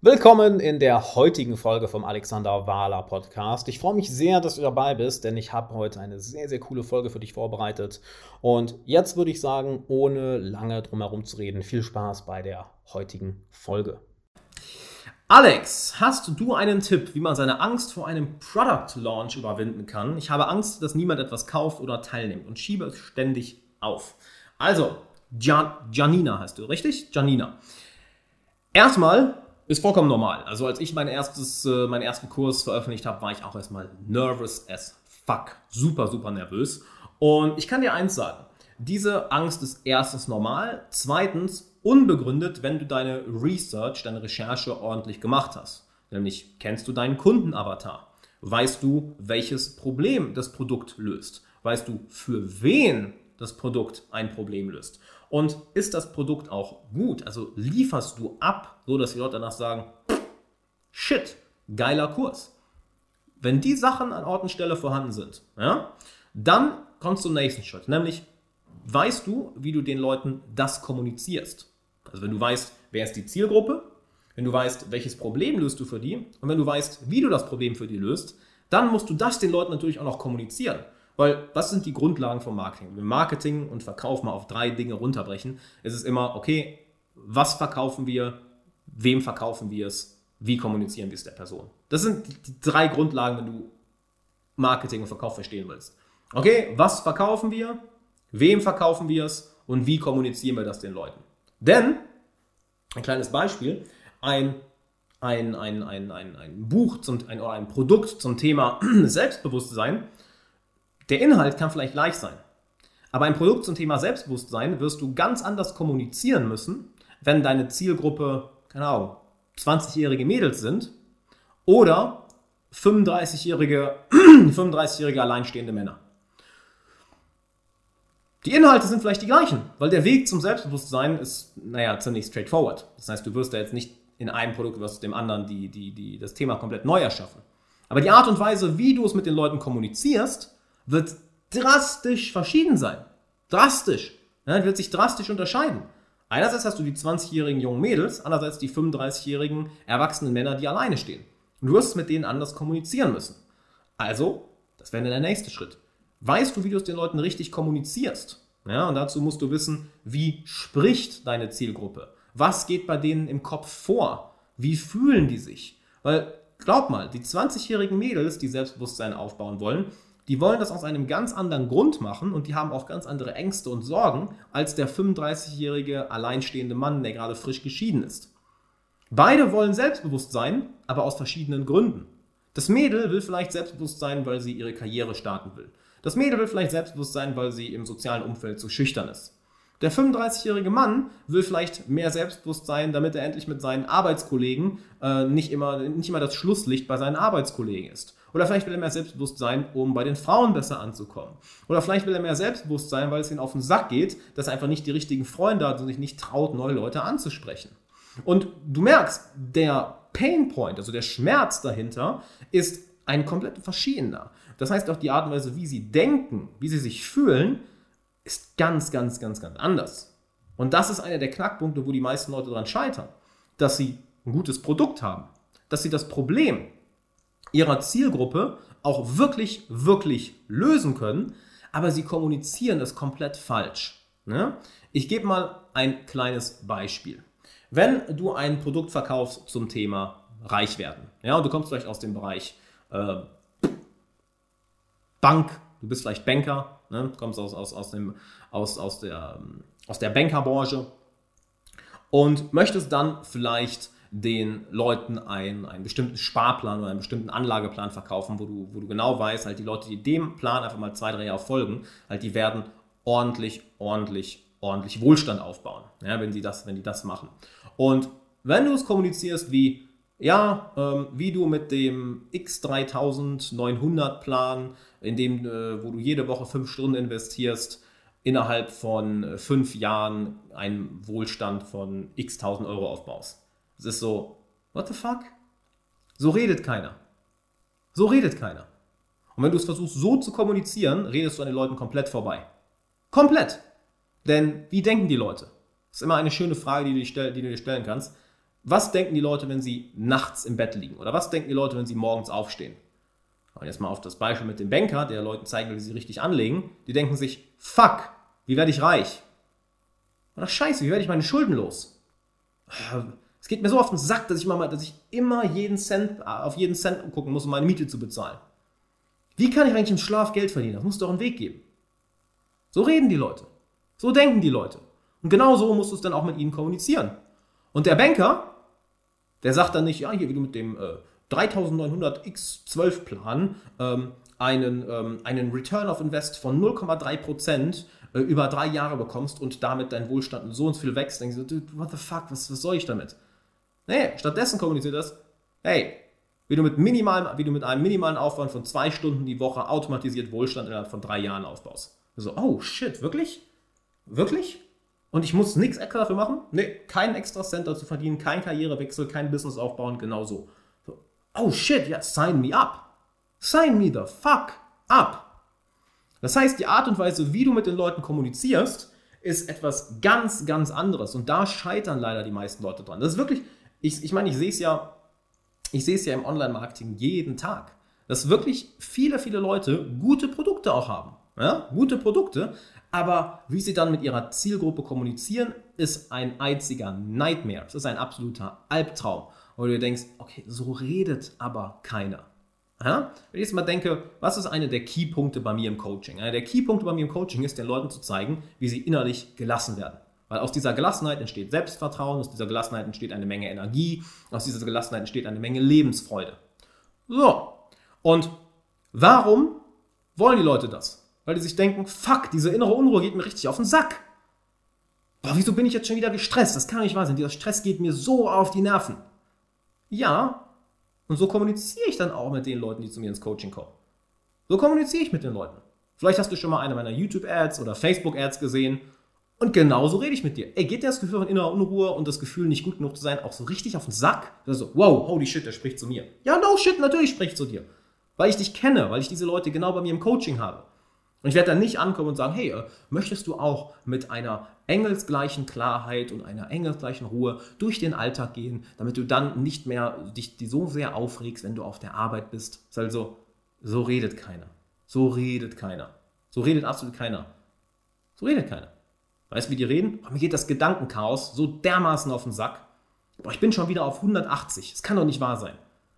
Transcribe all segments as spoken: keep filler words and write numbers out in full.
Willkommen in der heutigen Folge vom Alexander Wahler Podcast. Ich freue mich sehr, dass du dabei bist, denn ich habe heute eine sehr, sehr coole Folge für dich vorbereitet. Und jetzt würde ich sagen, ohne lange drum herum zu reden, viel Spaß bei der heutigen Folge. Alex, hast du einen Tipp, wie man seine Angst vor einem Product Launch überwinden kann? Ich habe Angst, dass niemand etwas kauft oder teilnimmt und schiebe es ständig auf. Also, Gian, Janina heißt du, richtig? Janina. Erstmal ist vollkommen normal. Also als ich mein erstes, äh, meinen ersten Kurs veröffentlicht habe, war ich auch erstmal nervous as fuck. Super, super nervös. Und ich kann dir eins sagen. Diese Angst ist erstens normal, zweitens unbegründet, wenn du deine Research, deine Recherche ordentlich gemacht hast. Nämlich kennst du deinen Kundenavatar? Weißt du, welches Problem das Produkt löst? Weißt du, für wen das Produkt ein Problem löst? Und ist das Produkt auch gut? Also lieferst du ab, so dass die Leute danach sagen, shit, geiler Kurs. Wenn die Sachen an Ort und Stelle vorhanden sind, ja, dann kommst du zum nächsten Schritt. Nämlich, weißt du, wie du den Leuten das kommunizierst? Also wenn du weißt, wer ist die Zielgruppe, wenn du weißt, welches Problem löst du für die und wenn du weißt, wie du das Problem für die löst, dann musst du das den Leuten natürlich auch noch kommunizieren. Weil was sind die Grundlagen vom Marketing? Wenn wir Marketing und Verkauf mal auf drei Dinge runterbrechen, ist es immer, okay, was verkaufen wir, wem verkaufen wir es, wie kommunizieren wir es der Person? Das sind die drei Grundlagen, wenn du Marketing und Verkauf verstehen willst. Okay, was verkaufen wir, wem verkaufen wir es und wie kommunizieren wir das den Leuten? Denn, ein kleines Beispiel, ein, ein, ein, ein, ein, ein Buch zum, ein, oder ein Produkt zum Thema Selbstbewusstsein, der Inhalt kann vielleicht leicht sein, aber ein Produkt zum Thema Selbstbewusstsein wirst du ganz anders kommunizieren müssen, wenn deine Zielgruppe, keine Ahnung, zwanzigjährige Mädels sind oder fünfunddreißigjährige, fünfunddreißigjährige alleinstehende Männer. Die Inhalte sind vielleicht die gleichen, weil der Weg zum Selbstbewusstsein ist, naja, ziemlich straightforward. Das heißt, du wirst da jetzt nicht in einem Produkt versus dem anderen die, die, die, das Thema komplett neu erschaffen. Aber die Art und Weise, wie du es mit den Leuten kommunizierst, wird drastisch verschieden sein. Drastisch. Ja, wird sich drastisch unterscheiden. Einerseits hast du die zwanzigjährigen jungen Mädels, andererseits die fünfunddreißigjährigen erwachsenen Männer, die alleine stehen. Und du wirst es mit denen anders kommunizieren müssen. Also, das wäre dann der nächste Schritt. Weißt du, wie du es den Leuten richtig kommunizierst? Ja, und dazu musst du wissen, wie spricht deine Zielgruppe? Was geht bei denen im Kopf vor? Wie fühlen die sich? Weil, glaub mal, die zwanzigjährigen Mädels, die Selbstbewusstsein aufbauen wollen, die wollen das aus einem ganz anderen Grund machen und die haben auch ganz andere Ängste und Sorgen als der fünfunddreißigjährige alleinstehende Mann, der gerade frisch geschieden ist. Beide wollen selbstbewusst sein, aber aus verschiedenen Gründen. Das Mädel will vielleicht selbstbewusst sein, weil sie ihre Karriere starten will. Das Mädel will vielleicht selbstbewusst sein, weil sie im sozialen Umfeld zu schüchtern ist. Der fünfunddreißigjährige Mann will vielleicht mehr selbstbewusst sein, damit er endlich mit seinen Arbeitskollegen äh, nicht, immer, nicht immer das Schlusslicht bei seinen Arbeitskollegen ist. Oder vielleicht will er mehr selbstbewusst sein, um bei den Frauen besser anzukommen. Oder vielleicht will er mehr selbstbewusst sein, weil es ihm auf den Sack geht, dass er einfach nicht die richtigen Freunde hat und sich nicht traut, neue Leute anzusprechen. Und du merkst, der Painpoint, also der Schmerz dahinter, ist ein komplett verschiedener. Das heißt auch die Art und Weise, wie sie denken, wie sie sich fühlen, ist ganz, ganz, ganz, ganz anders. Und das ist einer der Knackpunkte, wo die meisten Leute daran scheitern, dass sie ein gutes Produkt haben, dass sie das Problem ihrer Zielgruppe auch wirklich, wirklich lösen können, aber sie kommunizieren es komplett falsch. Ne? Ich gebe mal ein kleines Beispiel. Wenn du ein Produkt verkaufst zum Thema Reichwerden, ja, und du kommst vielleicht aus dem Bereich äh, Bank, du bist vielleicht Banker, ne, kommst aus, aus, aus, dem, aus, aus der, aus der Bankerbranche und möchtest dann vielleicht den Leuten einen, einen bestimmten Sparplan oder einen bestimmten Anlageplan verkaufen, wo du, wo du genau weißt, halt die Leute, die dem Plan einfach mal zwei, drei Jahre folgen, halt die werden ordentlich, ordentlich, ordentlich Wohlstand aufbauen, ja, wenn, sie das, wenn die das machen. Und wenn du es kommunizierst wie, ja, ähm, wie du mit dem X dreitausendneunhundert Plan, in dem, äh, wo du jede Woche fünf Stunden investierst, innerhalb von äh, fünf Jahren einen Wohlstand von x tausend Euro aufbaust. Es ist so, what the fuck? So redet keiner. So redet keiner. Und wenn du es versuchst so zu kommunizieren, redest du an den Leuten komplett vorbei. Komplett. Denn wie denken die Leute? Das ist immer eine schöne Frage, die du dir, stell, die du dir stellen kannst. was denken die Leute, wenn sie nachts im Bett liegen? Oder was denken die Leute, wenn sie morgens aufstehen? Und jetzt mal auf das Beispiel mit dem Banker, der Leuten zeigen will, wie sie richtig anlegen. Die denken sich, fuck, wie werde ich reich? Oder scheiße, wie werde ich meine Schulden los? Es geht mir so auf den Sack, dass ich immer, dass ich immer jeden Cent, auf jeden Cent gucken muss, um meine Miete zu bezahlen. Wie kann ich eigentlich im Schlaf Geld verdienen? Das muss doch einen Weg geben. So reden die Leute. So denken die Leute. Und genau so musst du es dann auch mit ihnen kommunizieren. Und der Banker, der sagt dann nicht, ja, hier, wie du mit dem äh, dreitausendneunhundert X zwölf Plan ähm, einen, ähm, einen Return of Invest von null Komma drei Prozent äh, über drei Jahre bekommst und damit dein Wohlstand so und so viel wächst. Dann denkst du, dude, what the fuck, was, was soll ich damit? Nee, stattdessen kommuniziert das, hey, wie du, mit minimalem, wie du mit einem minimalen Aufwand von zwei Stunden die Woche automatisiert Wohlstand innerhalb von drei Jahren aufbaust. So, oh shit, wirklich? Wirklich? Und ich muss nichts extra dafür machen? Nee, keinen extra Cent dazu verdienen, kein Karrierewechsel, kein Business aufbauen, genau so. so. Oh shit, ja, sign me up. Sign me the fuck up. Das heißt, die Art und Weise, wie du mit den Leuten kommunizierst, ist etwas ganz, ganz anderes. Und da scheitern leider die meisten Leute dran. Das ist wirklich, ich, ich meine, ich sehe es ja, ich sehe es ja im Online-Marketing jeden Tag, dass wirklich viele, viele Leute gute Produkte auch haben. Ja? Gute Produkte, aber wie sie dann mit ihrer Zielgruppe kommunizieren, ist ein einziger Nightmare. Es ist ein absoluter Albtraum. Und du denkst, okay, so redet aber keiner. Ja? Wenn ich jetzt mal denke, was ist einer der Keypunkte bei mir im Coaching? Einer der Keypunkte bei mir im Coaching ist, den Leuten zu zeigen, wie sie innerlich gelassen werden. Weil aus dieser Gelassenheit entsteht Selbstvertrauen, aus dieser Gelassenheit entsteht eine Menge Energie, aus dieser Gelassenheit entsteht eine Menge Lebensfreude. So, und warum wollen die Leute das? Weil die sich denken, fuck, diese innere Unruhe geht mir richtig auf den Sack. Boah, wieso bin ich jetzt schon wieder gestresst? Das kann nicht wahr sein. Dieser Stress geht mir so auf die Nerven. Ja, und so kommuniziere ich dann auch mit den Leuten, die zu mir ins Coaching kommen. So kommuniziere ich mit den Leuten. Vielleicht hast du schon mal eine meiner YouTube-Ads oder Facebook-Ads gesehen. Und genauso rede ich mit dir. Ey, geht dir das Gefühl von innerer Unruhe und das Gefühl, nicht gut genug zu sein, auch so richtig auf den Sack? Also, wow, holy shit, der spricht zu mir. Ja, no shit, natürlich spricht zu dir. Weil ich dich kenne, weil ich diese Leute genau bei mir im Coaching habe. Und ich werde dann nicht ankommen und sagen, hey, äh, möchtest du auch mit einer engelsgleichen Klarheit und einer engelsgleichen Ruhe durch den Alltag gehen, damit du dann nicht mehr dich so sehr aufregst, wenn du auf der Arbeit bist? Das ist also, so redet keiner. So redet keiner. So redet absolut keiner. So redet keiner. Weißt du, wie die reden? Boah, mir geht das Gedankenchaos so dermaßen auf den Sack. Boah, ich bin schon wieder auf hundertachtzig. Das kann doch nicht wahr sein.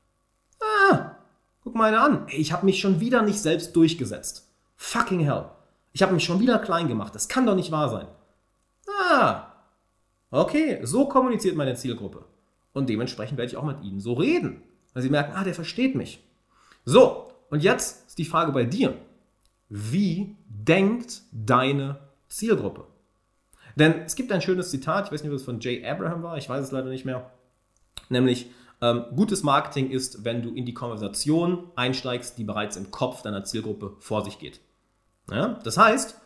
Ah, guck mal eine an. Ey, ich habe mich schon wieder nicht selbst durchgesetzt. Fucking hell. Ich habe mich schon wieder klein gemacht. Das kann doch nicht wahr sein. Ah, okay, so kommuniziert meine Zielgruppe. Und dementsprechend werde ich auch mit ihnen so reden. Weil sie merken, ah, der versteht mich. So, und jetzt ist die Frage bei dir. Wie denkt deine Zielgruppe? Denn es gibt ein schönes Zitat, ich weiß nicht, ob es von Jay Abraham war, ich weiß es leider nicht mehr, nämlich, ähm, gutes Marketing ist, wenn du in die Konversation einsteigst, die bereits im Kopf deiner Zielgruppe vor sich geht. Ja? Das heißt,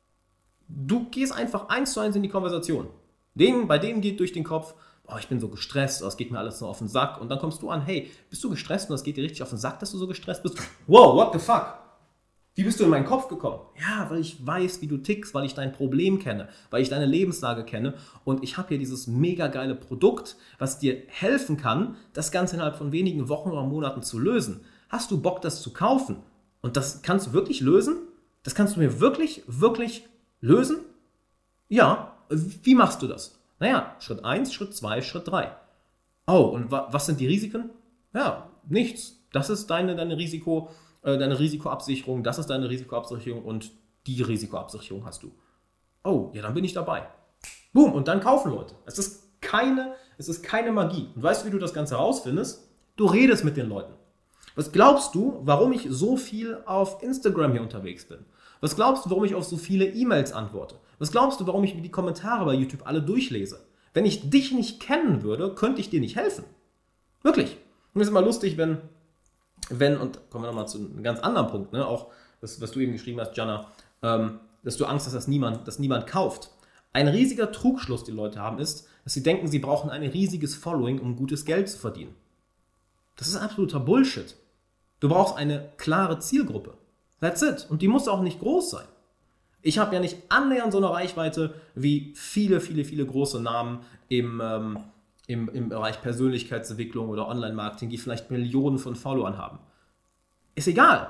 du gehst einfach eins zu eins in die Konversation. Denen, bei denen geht durch den Kopf, oh, ich bin so gestresst, oh, es geht mir alles so auf den Sack. Und dann kommst du an, hey, bist du gestresst und es geht dir richtig auf den Sack, dass du so gestresst bist? Wow, what the fuck? Wie bist du in meinen Kopf gekommen? Ja, weil ich weiß, wie du tickst, weil ich dein Problem kenne, weil ich deine Lebenslage kenne und ich habe hier dieses mega geile Produkt, was dir helfen kann, das Ganze innerhalb von wenigen Wochen oder Monaten zu lösen. Hast du Bock, das zu kaufen? Und das kannst du wirklich lösen? Das kannst du mir wirklich, wirklich lösen? Ja, wie machst du das? Naja, Schritt eins, Schritt zwei, Schritt drei. Oh, und wa- was sind die Risiken? Ja, nichts. Das ist deine, deine Risiko... deine Risikoabsicherung, das ist deine Risikoabsicherung und die Risikoabsicherung hast du. Oh, ja, dann bin ich dabei. Boom, und dann kaufen Leute. Es ist keine, es ist keine Magie. Und weißt du, wie du das Ganze rausfindest? Du redest mit den Leuten. Was glaubst du, warum ich so viel auf Instagram hier unterwegs bin? Was glaubst du, warum ich auf so viele E-Mails antworte? Was glaubst du, warum ich mir die Kommentare bei YouTube alle durchlese? Wenn ich dich nicht kennen würde, könnte ich dir nicht helfen. Wirklich. Und es ist immer lustig, wenn Wenn, und kommen wir nochmal zu einem ganz anderen Punkt, ne? Auch das, was du eben geschrieben hast, Jana, ähm, dass du Angst hast, dass niemand, dass niemand kauft. Ein riesiger Trugschluss, den Leute haben, ist, dass sie denken, sie brauchen ein riesiges Following, um gutes Geld zu verdienen. Das ist absoluter Bullshit. Du brauchst eine klare Zielgruppe. That's it. Und die muss auch nicht groß sein. Ich habe ja nicht annähernd so eine Reichweite wie viele, viele, viele große Namen im, ähm, im, im Bereich Persönlichkeitsentwicklung oder Online-Marketing, die vielleicht Millionen von Followern haben. Ist egal.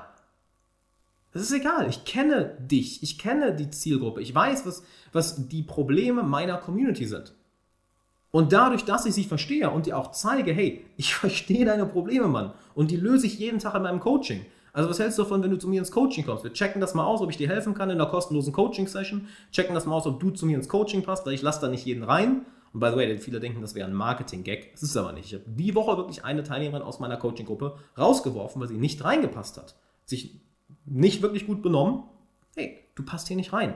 Das ist egal. Ich kenne dich. Ich kenne die Zielgruppe. Ich weiß, was, was die Probleme meiner Community sind. Und dadurch, dass ich sie verstehe und dir auch zeige, hey, ich verstehe deine Probleme, Mann. Und die löse ich jeden Tag in meinem Coaching. Also was hältst du davon, wenn du zu mir ins Coaching kommst? Wir checken das mal aus, ob ich dir helfen kann in einer kostenlosen Coaching-Session. Checken das mal aus, ob du zu mir ins Coaching passt, weil ich lasse da nicht jeden rein. Und by the way, viele denken, das wäre ein Marketing-Gag. Das ist es aber nicht. Ich habe die Woche wirklich eine Teilnehmerin aus meiner Coaching-Gruppe rausgeworfen, weil sie nicht reingepasst hat. Sich nicht wirklich gut benommen. Hey, du passt hier nicht rein.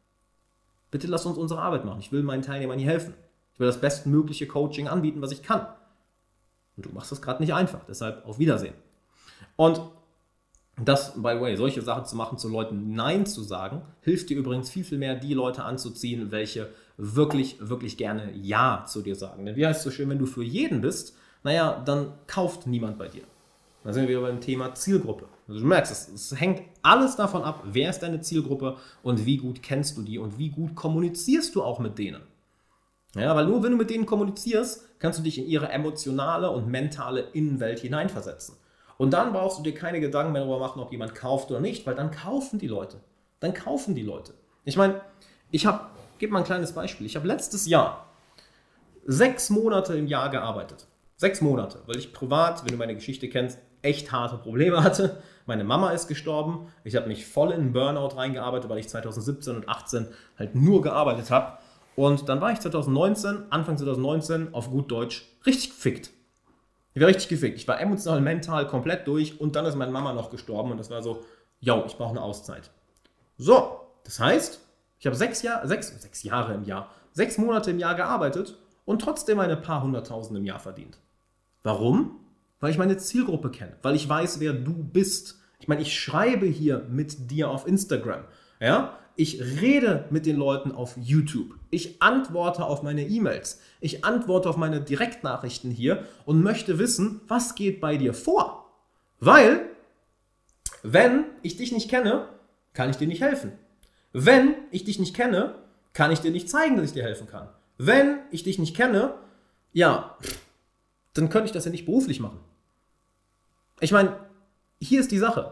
Bitte lass uns unsere Arbeit machen. Ich will meinen Teilnehmern hier helfen. Ich will das bestmögliche Coaching anbieten, was ich kann. Und du machst das gerade nicht einfach. Deshalb auf Wiedersehen. Und das, by the way, solche Sachen zu machen, zu Leuten Nein zu sagen, hilft dir übrigens viel, viel mehr, die Leute anzuziehen, welche wirklich, wirklich gerne Ja zu dir sagen. Denn wie heißt es so schön, wenn du für jeden bist, naja, dann kauft niemand bei dir. Da sind wir wieder beim Thema Zielgruppe. Also du merkst, es, es hängt alles davon ab, wer ist deine Zielgruppe und wie gut kennst du die und wie gut kommunizierst du auch mit denen. Ja, weil nur wenn du mit denen kommunizierst, kannst du dich in ihre emotionale und mentale Innenwelt hineinversetzen. Und dann brauchst du dir keine Gedanken mehr darüber machen, ob jemand kauft oder nicht, weil dann kaufen die Leute. Dann kaufen die Leute. Ich meine, ich habe, gebe mal ein kleines Beispiel. Ich habe letztes Jahr sechs Monate im Jahr gearbeitet. Sechs Monate, weil ich privat, wenn du meine Geschichte kennst, echt harte Probleme hatte. Meine Mama ist gestorben. Ich habe mich voll in einen Burnout reingearbeitet, weil ich zweitausendsiebzehn und achtzehn halt nur gearbeitet habe. Und dann war ich zweitausendneunzehn, Anfang zweitausendneunzehn, auf gut Deutsch, richtig gefickt. Ich war richtig gefickt. Ich war emotional, mental komplett durch und dann ist meine Mama noch gestorben und das war so, yo, ich brauche eine Auszeit. So, das heißt, ich habe sechs, Jahr, sechs, sechs Jahre im Jahr, sechs Monate im Jahr gearbeitet und trotzdem eine paar hunderttausend im Jahr verdient. Warum? Weil ich meine Zielgruppe kenne, weil ich weiß, wer du bist. Ich meine, ich schreibe hier mit dir auf Instagram, ja? Ich rede mit den Leuten auf YouTube. Ich antworte auf meine E-Mails. Ich antworte auf meine Direktnachrichten hier und möchte wissen, was geht bei dir vor? Weil, wenn ich dich nicht kenne, kann ich dir nicht helfen. Wenn ich dich nicht kenne, kann ich dir nicht zeigen, dass ich dir helfen kann. Wenn ich dich nicht kenne, ja, dann könnte ich das ja nicht beruflich machen. Ich meine, hier ist die Sache.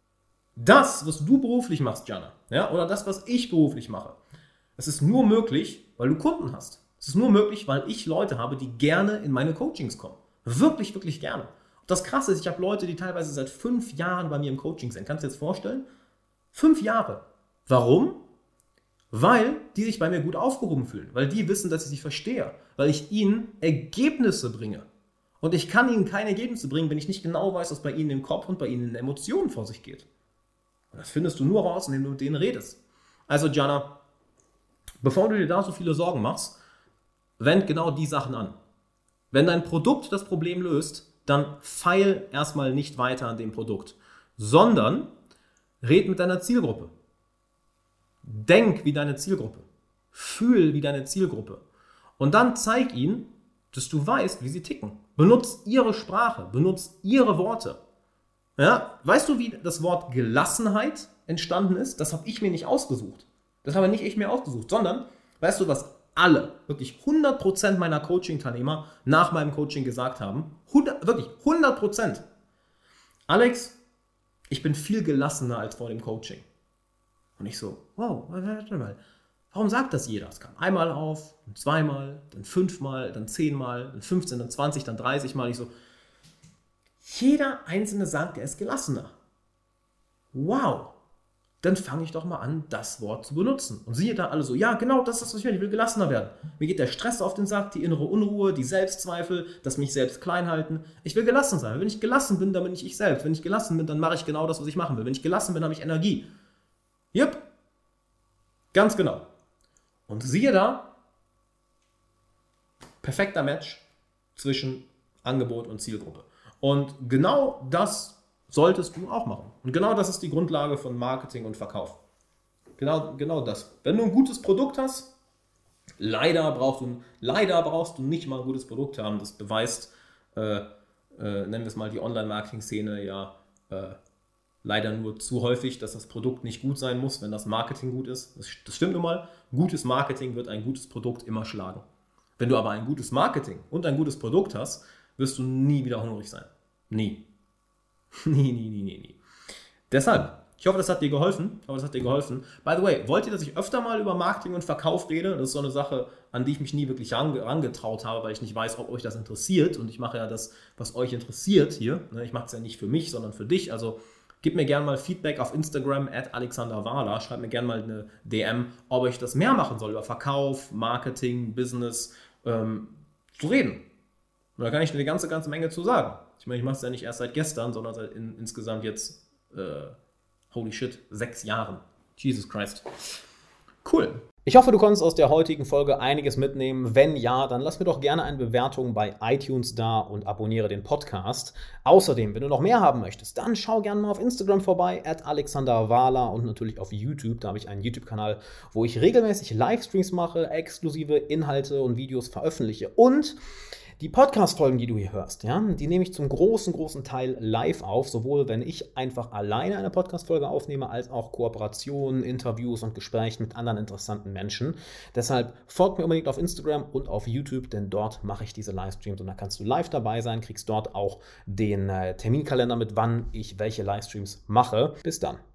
Das, was du beruflich machst, Jana, ja, oder das, was ich beruflich mache, es ist nur möglich, weil du Kunden hast. Es ist nur möglich, weil ich Leute habe, die gerne in meine Coachings kommen. Wirklich, wirklich gerne. Und das Krasse ist, ich habe Leute, die teilweise seit fünf Jahren bei mir im Coaching sind. Kannst du dir das vorstellen? Fünf Jahre. Warum? Weil die sich bei mir gut aufgehoben fühlen. Weil die wissen, dass ich sie verstehe. Weil ich ihnen Ergebnisse bringe. Und ich kann ihnen keine Ergebnisse bringen, wenn ich nicht genau weiß, was bei ihnen im Kopf und bei ihnen in Emotionen vor sich geht. Und das findest du nur raus, indem du mit denen redest. Also Jana, bevor du dir da so viele Sorgen machst, wend genau die Sachen an. Wenn dein Produkt das Problem löst, dann feil erstmal nicht weiter an dem Produkt, sondern red mit deiner Zielgruppe. Denk wie deine Zielgruppe. Fühl wie deine Zielgruppe. Und dann zeig ihnen, dass du weißt, wie sie ticken. Benutz ihre Sprache, benutz ihre Worte. Ja, weißt du, wie das Wort Gelassenheit entstanden ist? Das habe ich mir nicht ausgesucht. Das habe nicht ich mir ausgesucht, sondern, weißt du, was alle, wirklich hundert Prozent meiner Coaching-Teilnehmer nach meinem Coaching gesagt haben? hundert, wirklich hundert Prozent. Alex, ich bin viel gelassener als vor dem Coaching. Und ich so, wow, warte mal. Warum sagt das jeder? Es kam einmal auf, dann zweimal, dann fünfmal, dann zehnmal, dann fünfzehn, dann zwanzig, dann dreißig Mal. Ich so, jeder Einzelne sagt, er ist gelassener. Wow, dann fange ich doch mal an, das Wort zu benutzen. Und siehe da alle so, ja genau, das ist das, was ich will, ich will gelassener werden. Mir geht der Stress auf den Sack, die innere Unruhe, die Selbstzweifel, das mich selbst klein halten. Ich will gelassen sein. Wenn ich gelassen bin, dann bin ich ich selbst. Wenn ich gelassen bin, dann mache ich genau das, was ich machen will. Wenn ich gelassen bin, habe ich Energie. Jupp, ganz genau. Und siehe da, perfekter Match zwischen Angebot und Zielgruppe. Und genau das solltest du auch machen. Und genau das ist die Grundlage von Marketing und Verkauf. Genau, genau das. Wenn du ein gutes Produkt hast, leider brauchst du, leider brauchst du nicht mal ein gutes Produkt haben. Das beweist, äh, äh, nennen wir es mal die Online-Marketing-Szene, ja äh, leider nur zu häufig, dass das Produkt nicht gut sein muss, wenn das Marketing gut ist. Das, das stimmt nun mal. Gutes Marketing wird ein gutes Produkt immer schlagen. Wenn du aber ein gutes Marketing und ein gutes Produkt hast, wirst du nie wieder hungrig sein. Nie. nie, nie, nie, nie, nie. Deshalb, ich hoffe, das hat dir geholfen. Ich hoffe, das hat dir geholfen. By the way, wollt ihr, dass ich öfter mal über Marketing und Verkauf rede? Das ist so eine Sache, an die ich mich nie wirklich rangetraut habe, weil ich nicht weiß, ob euch das interessiert. Und ich mache ja das, was euch interessiert hier. Ich mache es ja nicht für mich, sondern für dich. Also gib mir gerne mal Feedback auf Instagram at Alexander Wahler. Schreibt mir gerne mal eine D M, ob ich das mehr machen soll, über Verkauf, Marketing, Business ähm, zu reden. Und da kann ich eine ganze, ganze Menge zu sagen. Ich meine, ich mache es ja nicht erst seit gestern, sondern seit in, insgesamt jetzt äh, holy shit, sechs Jahren. Jesus Christ. Cool. Ich hoffe, du konntest aus der heutigen Folge einiges mitnehmen. Wenn ja, dann lass mir doch gerne eine Bewertung bei iTunes da und abonniere den Podcast. Außerdem, wenn du noch mehr haben möchtest, dann schau gerne mal auf Instagram vorbei, at Alexander Wahler, und natürlich auf YouTube. Da habe ich einen YouTube-Kanal, wo ich regelmäßig Livestreams mache, exklusive Inhalte und Videos veröffentliche. Und die Podcast-Folgen, die du hier hörst, ja, die nehme ich zum großen, großen Teil live auf, sowohl wenn ich einfach alleine eine Podcast-Folge aufnehme, als auch Kooperationen, Interviews und Gespräche mit anderen interessanten Menschen. Deshalb folgt mir unbedingt auf Instagram und auf YouTube, denn dort mache ich diese Livestreams und da kannst du live dabei sein, kriegst dort auch den äh, Terminkalender mit, wann ich welche Livestreams mache. Bis dann.